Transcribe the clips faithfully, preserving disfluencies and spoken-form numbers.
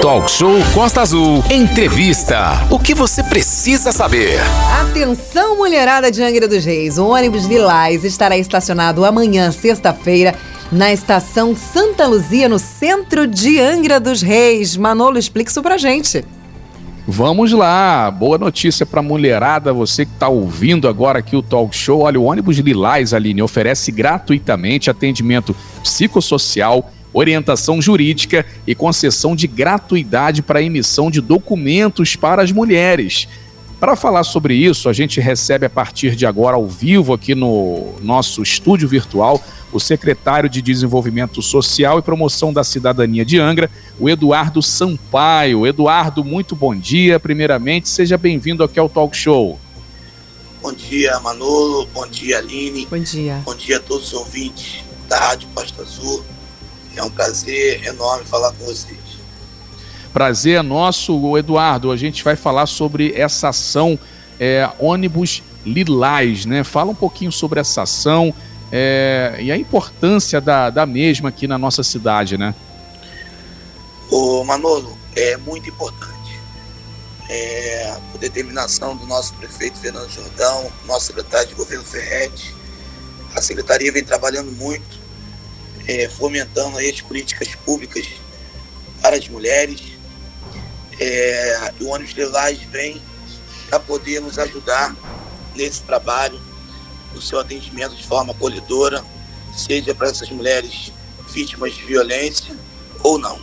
Talk Show Costa Azul. Entrevista. O que você precisa saber? Atenção, mulherada de Angra dos Reis. O ônibus Lilás estará estacionado amanhã, sexta-feira, na estação Santa Luzia, no centro de Angra dos Reis. Manolo, explica isso pra gente. Vamos lá, boa notícia para a mulherada, você que está ouvindo agora aqui o Talk Show. Olha, o ônibus Lilás, Aline, oferece gratuitamente atendimento psicossocial, orientação jurídica e concessão de gratuidade para a emissão de documentos para as mulheres. Para falar sobre isso, a gente recebe a partir de agora ao vivo aqui no nosso estúdio virtual o secretário de Desenvolvimento Social e Promoção da Cidadania de Angra, o Eduardo Sampaio. Eduardo, muito bom dia. Primeiramente, seja bem-vindo aqui ao Talk Show. Bom dia, Manolo. Bom dia, Aline. Bom dia. Bom dia a todos os ouvintes da Rádio Costa Azul. É um prazer enorme falar com vocês. Prazer é nosso, Eduardo. A gente vai falar sobre essa ação é, ônibus Lilás, né? Fala um pouquinho sobre essa ação é, e a importância da, da mesma aqui na nossa cidade, né? Ô, Manolo, é muito importante. É, por determinação do nosso prefeito Fernando Jordão, nosso secretário de governo Ferretti, a secretaria vem trabalhando muito, é, fomentando aí as políticas públicas para as mulheres. É, o ônibus Lilás vem para poder nos ajudar nesse trabalho, no seu atendimento de forma acolhedora, seja para essas mulheres vítimas de violência ou não.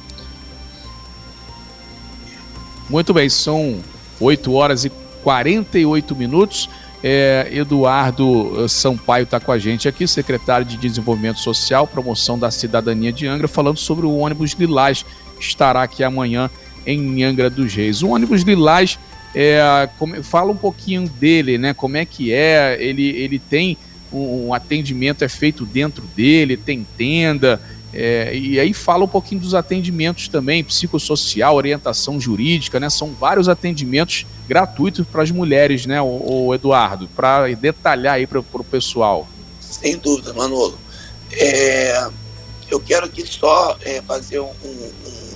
Muito bem, são oito horas e quarenta e oito minutos. É, Eduardo Sampaio está com a gente aqui, secretário de Desenvolvimento Social, Promoção da Cidadania de Angra, falando sobre o ônibus Lilás, que estará aqui amanhã em Angra dos Reis. O ônibus Lilás, é, como, fala um pouquinho dele, né? Como é que é? Ele, ele tem um, um atendimento, é feito dentro dele, tem tenda, é, e aí fala um pouquinho dos atendimentos também, psicossocial, orientação jurídica, né? São vários atendimentos gratuitos para as mulheres, né, o, o Eduardo? Para detalhar aí para o pessoal. Sem dúvida, Manolo. É, eu quero aqui só é, fazer um, um,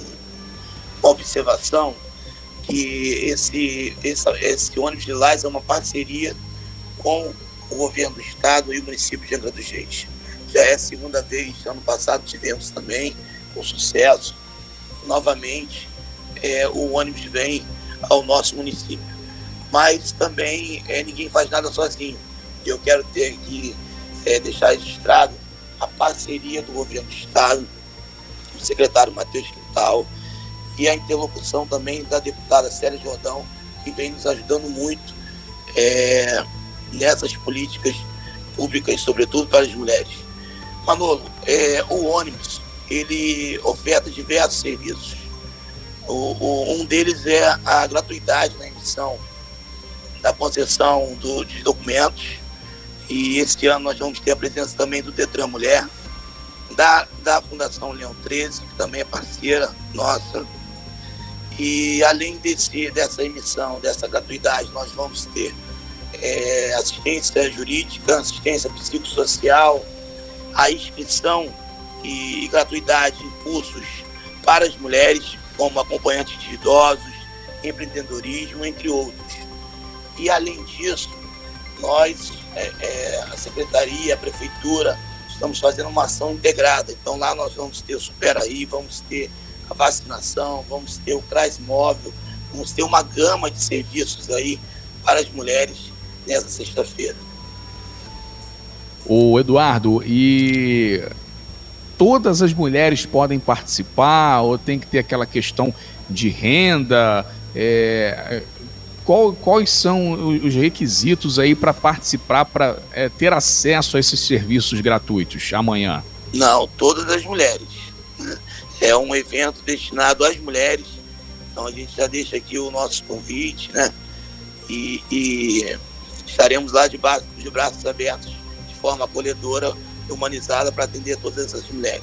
uma observação que esse, esse, esse ônibus Lilás é uma parceria com o governo do estado e o município de Angra dos Reis. Já é a segunda vez, ano passado tivemos também, com sucesso, novamente é, o ônibus vem ao nosso município. Mas também é, ninguém faz nada sozinho. Eu quero ter aqui, é, deixar registrado a parceria do governo do estado, o secretário Matheus Quintal, e a interlocução também da deputada Célia Jordão, que vem nos ajudando muito é, nessas políticas públicas, sobretudo para as mulheres. Manolo, é, o ônibus, ele oferta diversos serviços. O, o, um deles é a gratuidade na emissão da concessão do, de documentos, e esse ano nós vamos ter a presença também do Detran Mulher, da, da Fundação Leão treze, que também é parceira nossa. E além desse, dessa emissão, dessa gratuidade, nós vamos ter é, assistência jurídica, assistência psicossocial, a inscrição e, e gratuidade em cursos para as mulheres, como acompanhantes de idosos, empreendedorismo, entre outros. E além disso, nós, é, é, a Secretaria, a Prefeitura, estamos fazendo uma ação integrada. Então lá nós vamos ter o Superaí, vamos ter a vacinação, vamos ter o CRAS móvel, vamos ter uma gama de serviços aí para as mulheres nessa sexta-feira. O Eduardo, e todas as mulheres podem participar ou tem que ter aquela questão de renda? É, qual, quais são os requisitos aí para participar, para é, ter acesso a esses serviços gratuitos amanhã? Não, todas as mulheres. É um evento destinado às mulheres, então a gente já deixa aqui o nosso convite, né? E, e estaremos lá de, ba- de braços abertos, de forma acolhedora e humanizada para atender todas essas mulheres.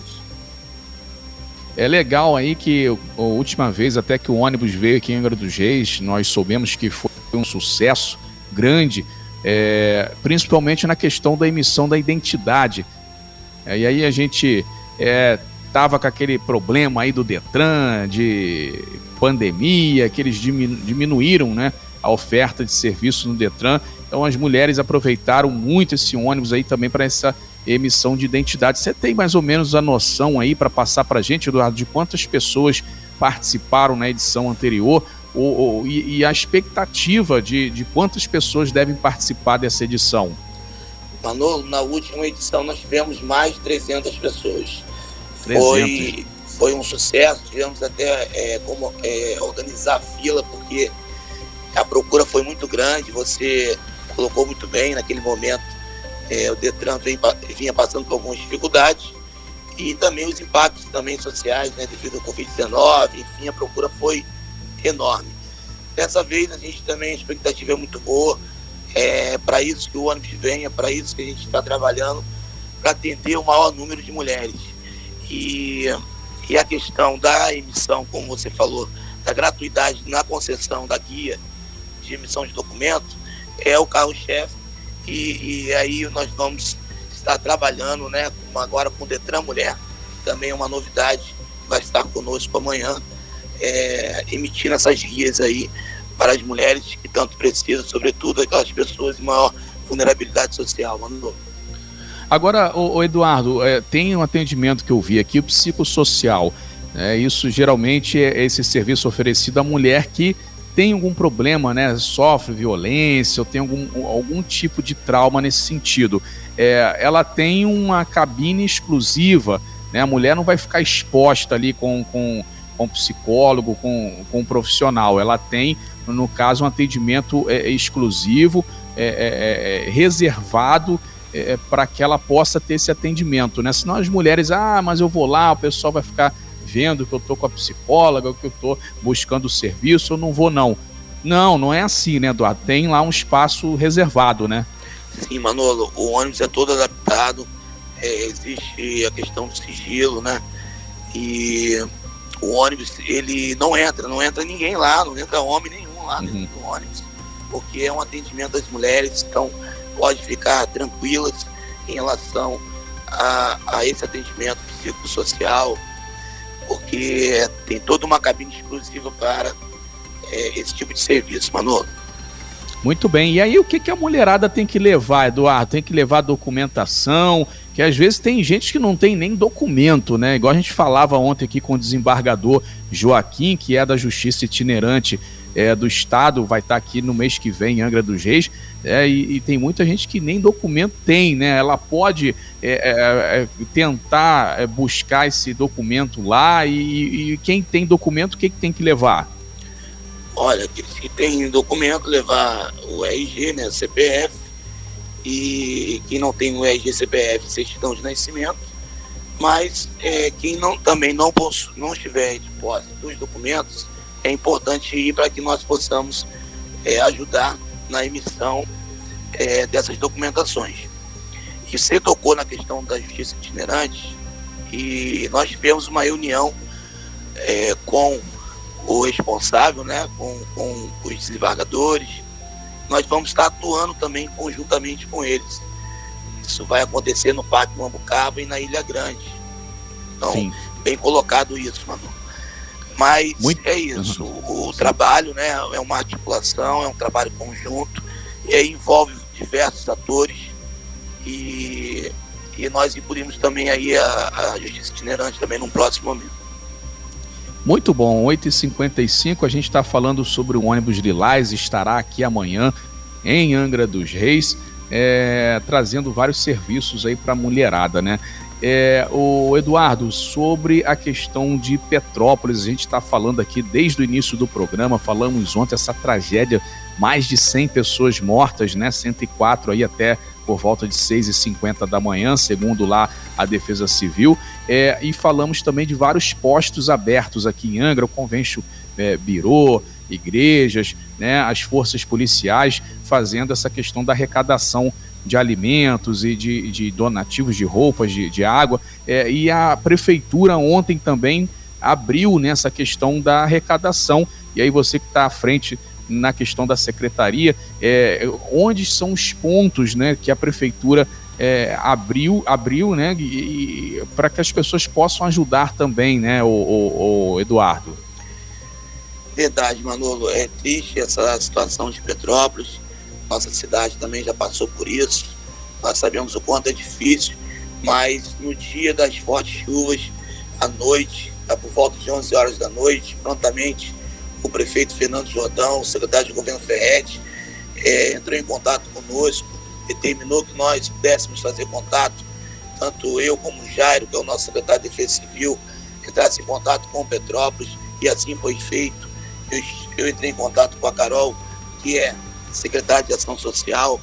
É legal aí que a última vez até que o ônibus veio aqui em Angra dos Reis, nós soubemos que foi um sucesso grande, é, principalmente na questão da emissão da identidade. É, e aí a gente é, estava com aquele problema aí do Detran, de pandemia, que eles diminu- diminuíram, né, a oferta de serviço no Detran. Então as mulheres aproveitaram muito esse ônibus aí também para essa emissão de identidade. Você tem mais ou menos a noção aí para passar para a gente, Eduardo, de quantas pessoas participaram na edição anterior ou, ou, e, e a expectativa de, de quantas pessoas devem participar dessa edição? Manolo, na última edição nós tivemos mais de trezentas pessoas. trezentas. Foi, foi um sucesso, tivemos até é, como é, organizar a fila, porque a procura foi muito grande, você colocou muito bem naquele momento. É, o Detran vem, vinha passando por algumas dificuldades e também os impactos também sociais, né, devido ao covid dezenove, enfim, a procura foi enorme. Dessa vez a gente também, a expectativa é muito boa, é para isso que o ônibus vem, é para isso que a gente está trabalhando, para atender o maior número de mulheres. E, e a questão da emissão, como você falou, da gratuidade na concessão da guia de emissão de documento, é o carro-chefe. E, e aí nós vamos estar trabalhando, né, agora com o Detran Mulher, também é uma novidade, vai estar conosco amanhã, é, emitindo essas guias aí para as mulheres que tanto precisam, sobretudo aquelas pessoas em maior vulnerabilidade social. Mano. Agora, o, o Eduardo, é, tem um atendimento que eu vi aqui, o psicossocial. É, isso geralmente é esse serviço oferecido à mulher que tem algum problema, né, sofre violência ou tem algum, algum tipo de trauma nesse sentido. É, ela tem uma cabine exclusiva, né, a mulher não vai ficar exposta ali com, com, com psicólogo, com, com um profissional. Ela tem, no caso, um atendimento é, exclusivo, é, é, é, reservado é, para que ela possa ter esse atendimento, né? Senão as mulheres, ah, mas eu vou lá, o pessoal vai ficar vendo que eu tô com a psicóloga, que eu tô buscando o serviço, eu não vou não. Não, não é assim, né, Eduardo? Tem lá um espaço reservado, né? Sim, Manolo, o ônibus é todo adaptado, é, existe a questão do sigilo, né? E o ônibus, ele não entra, não entra ninguém lá, não entra homem nenhum lá dentro uhum. do ônibus, porque é um atendimento das mulheres, então pode ficar tranquilas em relação a, a esse atendimento psicossocial, porque tem toda uma cabine exclusiva para é, esse tipo de serviço, Manolo. Muito bem, e aí o que, que a mulherada tem que levar, Eduardo? Tem que levar documentação, que às vezes tem gente que não tem nem documento, né? Igual a gente falava ontem aqui com o desembargador Joaquim, que é da Justiça Itinerante é, do Estado, vai estar aqui no mês que vem em Angra dos Reis, é, e, e tem muita gente que nem documento tem, né? Ela pode é, é, é, tentar é, buscar esse documento lá, e, e quem tem documento, o que, que tem que levar? Olha, aqueles que tem documento, levar o R G, né, o C P F, e quem não tem o R G, C P F, certidão de nascimento, mas é, quem não, também não, possu, não estiver de posse dos documentos, é importante ir para que nós possamos é, ajudar na emissão é, dessas documentações. E você tocou na questão da Justiça Itinerante, e nós tivemos uma reunião é, com o responsável, né, com, com os desembargadores. Nós vamos estar atuando também conjuntamente com eles. Isso vai acontecer no Parque Mambucaba e na Ilha Grande. Então, sim, bem colocado isso, mano. Mas muito é isso, o, o trabalho, né, é uma articulação, é um trabalho conjunto, e aí envolve diversos atores, e, e nós incluímos também aí a, a Justiça Itinerante também num próximo momento. Muito bom, oito e cinquenta e cinco, a gente está falando sobre o ônibus Lilás, estará aqui amanhã em Angra dos Reis, é, trazendo vários serviços aí para a mulherada, né? É, o Eduardo, sobre a questão de Petrópolis, a gente está falando aqui desde o início do programa, falamos ontem essa tragédia, mais de cem pessoas mortas, né? cento e quatro aí até por volta de seis e cinquenta da manhã, segundo lá a Defesa Civil, é, e falamos também de vários postos abertos aqui em Angra, o Convênio é, Birô, igrejas, né? As forças policiais fazendo essa questão da arrecadação de alimentos e de, de donativos de roupas, de, de água, é, e a prefeitura ontem também abriu nessa questão da arrecadação, e aí você que está à frente na questão da secretaria, é, onde são os pontos, né, que a prefeitura é, abriu, abriu, né, e, e para que as pessoas possam ajudar também, né, o, o, o Eduardo. Verdade, Manolo. É triste essa situação de Petrópolis. Nossa cidade também já passou por isso. Nós sabemos o quanto é difícil, mas no dia das fortes chuvas, à noite, por volta de onze horas da noite, prontamente, o prefeito Fernando Jordão, o secretário de governo Ferretti, é, entrou em contato conosco, determinou que nós pudéssemos fazer contato, tanto eu como o Jairo, que é o nosso secretário de Defesa Civil, entrasse em contato com Petrópolis, e assim foi feito. Eu, eu entrei em contato com a Carol, que é secretária de Ação Social.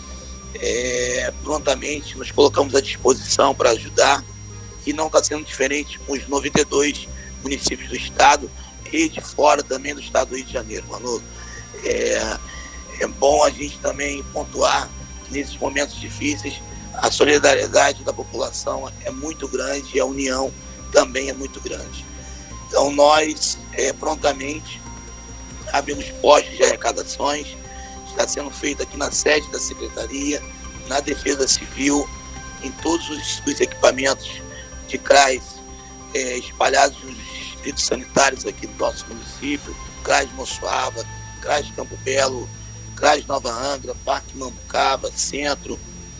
É, prontamente nos colocamos à disposição para ajudar, e não está sendo diferente com os noventa e dois municípios do estado e de fora também do estado do Rio de Janeiro, Manolo. É, é bom a gente também pontuar que nesses momentos difíceis a solidariedade da população é muito grande e a união também é muito grande. Então nós é, prontamente abrimos postos de arrecadações. Está sendo feito aqui na sede da Secretaria, na Defesa Civil, em todos os, os equipamentos de C R A S é, espalhados nos distritos sanitários aqui do nosso município, C R A S Moçoaba, C R A S Campo Belo, C R A S Nova Angra, Parque Mambucaba, Centro,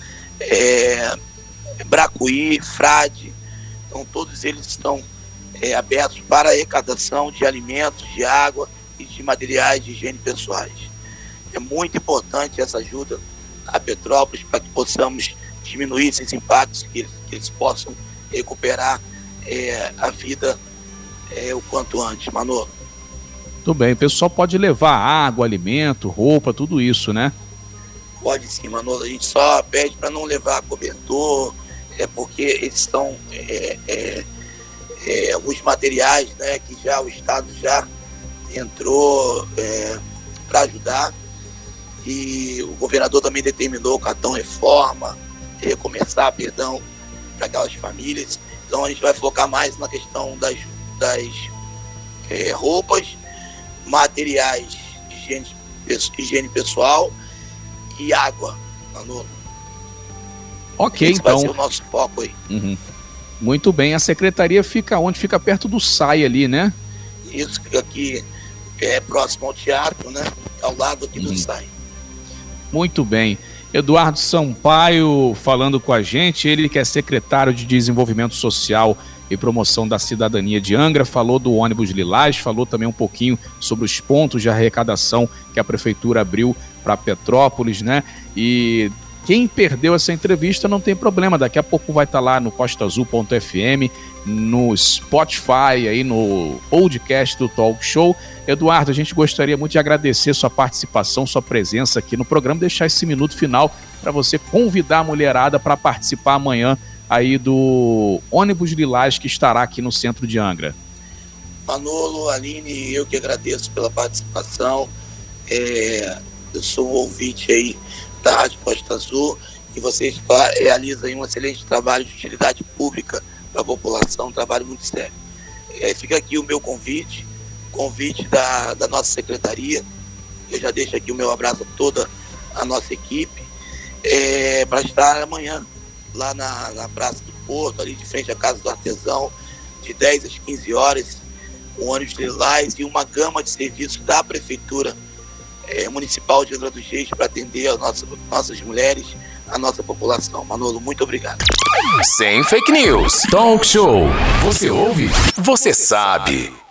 é, Bracuí, Frade. Então todos eles estão é, abertos para arrecadação de alimentos, de água e de materiais de higiene pessoais. É muito importante essa ajuda a Petrópolis para que possamos diminuir esses impactos, que eles, que eles possam recuperar é, a vida é, o quanto antes, Manolo. Tudo bem, o pessoal pode levar água, alimento, roupa, tudo isso, né? Pode sim, Manolo. A gente só pede para não levar cobertor, é porque eles são é, é, é, alguns materiais, né, que já o Estado já entrou é, para ajudar. E o governador também determinou o cartão reforma, recomeçar, perdão, para aquelas famílias. Então a gente vai focar mais na questão das, das é, roupas, materiais de higiene, higiene pessoal e água, Manolo. Ok, Esse então. vai ser o nosso foco aí. Uhum. Muito bem, a secretaria fica onde? Fica perto do S A I ali, né? Isso, fica aqui é, próximo ao teatro, né? Ao lado aqui uhum. do S A I. Muito bem. Eduardo Sampaio falando com a gente, ele que é secretário de Desenvolvimento Social e Promoção da Cidadania de Angra, falou do ônibus Lilás, falou também um pouquinho sobre os pontos de arrecadação que a prefeitura abriu para Petrópolis, né? E quem perdeu essa entrevista não tem problema, daqui a pouco vai estar lá no costa azul ponto f m, no Spotify, aí no podcast do Talk Show. Eduardo, a gente gostaria muito de agradecer sua participação, sua presença aqui no programa, deixar esse minuto final para você convidar a mulherada para participar amanhã aí do ônibus Lilás que estará aqui no centro de Angra. Manolo, Aline, eu que agradeço pela participação. É, eu sou um ouvinte aí da Rádio Costa Azul e vocês realizam aí um excelente trabalho de utilidade pública para a população, um trabalho muito sério. É, fica aqui o meu convite, convite da, da nossa secretaria. Eu já deixo aqui o meu abraço a toda a nossa equipe, é, para estar amanhã lá na, na Praça do Porto, ali de frente à Casa do Artesão, de dez às quinze horas, o ônibus Lilás e uma gama de serviços da Prefeitura é, Municipal de Angra dos Reis para atender as nossas, nossas mulheres, a nossa população. Manolo, muito obrigado. Sem fake news. Talk Show. Você ouve? Você sabe.